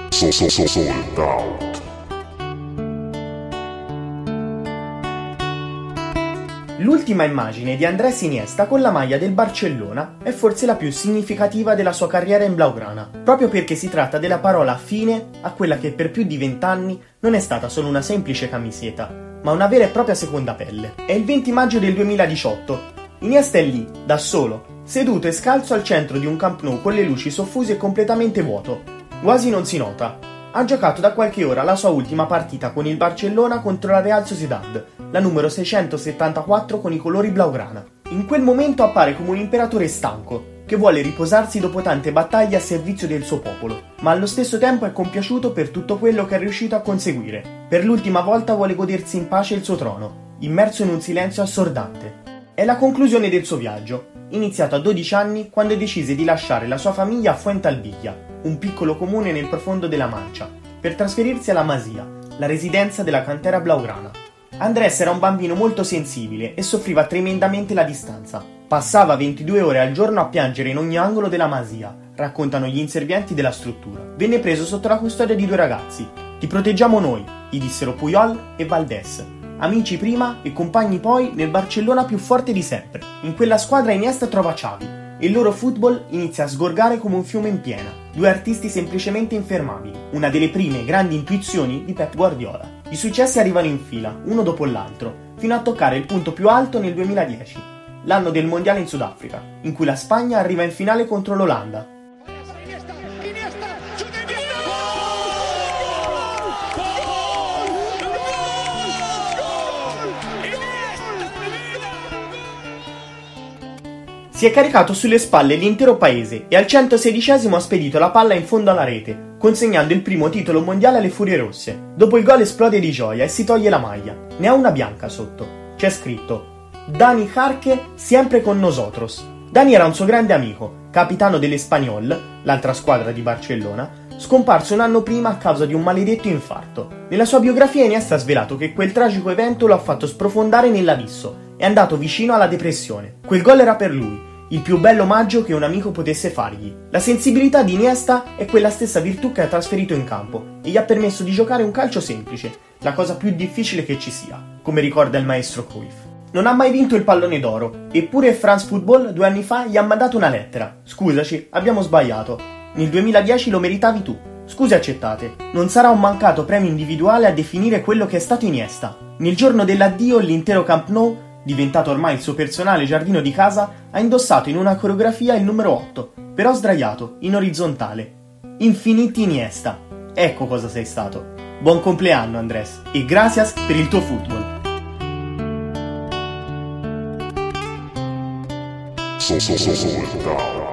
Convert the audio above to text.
Sold out. L'ultima immagine di Andrés Iniesta con la maglia del Barcellona è forse la più significativa della sua carriera in blaugrana, proprio perché si tratta della parola fine a quella che per più di 20 anni non è stata solo una semplice camiseta, ma una vera e propria seconda pelle. È il 20 maggio del 2018. Iniesta è lì, da solo, seduto e scalzo al centro di un Camp Nou con le luci soffuse e completamente vuoto. Quasi non si nota. Ha giocato da qualche ora la sua ultima partita con il Barcellona contro la Real Sociedad, la numero 674 con i colori blaugrana. In quel momento appare come un imperatore stanco, che vuole riposarsi dopo tante battaglie a servizio del suo popolo, ma allo stesso tempo è compiaciuto per tutto quello che è riuscito a conseguire. Per l'ultima volta vuole godersi in pace il suo trono, immerso in un silenzio assordante. È la conclusione del suo viaggio, iniziato a 12 anni quando decise di lasciare la sua famiglia a Fuentalbilla, un piccolo comune nel profondo della Mancia, per trasferirsi alla Masia, la residenza della cantera blaugrana. Andrés era un bambino molto sensibile e soffriva tremendamente la distanza. Passava 22 ore al giorno a piangere in ogni angolo della Masia, raccontano gli inservienti della struttura. Venne preso sotto la custodia di 2 ragazzi. Ti proteggiamo noi, gli dissero Puyol e Valdés. Amici prima e compagni poi nel Barcellona più forte di sempre. In quella squadra Iniesta trova Xavi e il loro football inizia a sgorgare come un fiume in piena. 2 artisti semplicemente infermabili, una delle prime grandi intuizioni di Pep Guardiola. I successi arrivano in fila, uno dopo l'altro, fino a toccare il punto più alto nel 2010, l'anno del mondiale in Sudafrica, in cui la Spagna arriva in finale contro l'Olanda. Si è caricato sulle spalle l'intero paese e al 116esimo ha spedito la palla in fondo alla rete, consegnando il primo titolo mondiale alle Furie Rosse. Dopo il gol esplode di gioia e si toglie la maglia. Ne ha una bianca sotto. C'è scritto: Dani Jarque siempre con nosotros. Dani era un suo grande amico, capitano dell'Espanyol, l'altra squadra di Barcellona, scomparso un anno prima a causa di un maledetto infarto. Nella sua biografia Iniesta ha svelato che quel tragico evento lo ha fatto sprofondare nell'abisso. È andato vicino alla depressione. Quel gol era per lui, il più bello omaggio che un amico potesse fargli. La sensibilità di Iniesta è quella stessa virtù che ha trasferito in campo e gli ha permesso di giocare un calcio semplice, la cosa più difficile che ci sia, come ricorda il maestro Cruyff. Non ha mai vinto il pallone d'oro, eppure France Football 2 anni fa gli ha mandato una lettera. Scusaci, abbiamo sbagliato. Nel 2010 lo meritavi tu. Scuse accettate. Non sarà un mancato premio individuale a definire quello che è stato Iniesta. Nel giorno dell'addio l'intero Camp Nou, diventato ormai il suo personale giardino di casa, ha indossato in una coreografia il numero 8, però sdraiato, in orizzontale. Infiniti Iniesta. Ecco cosa sei stato. Buon compleanno Andrés, e gracias per il tuo football. Sold out.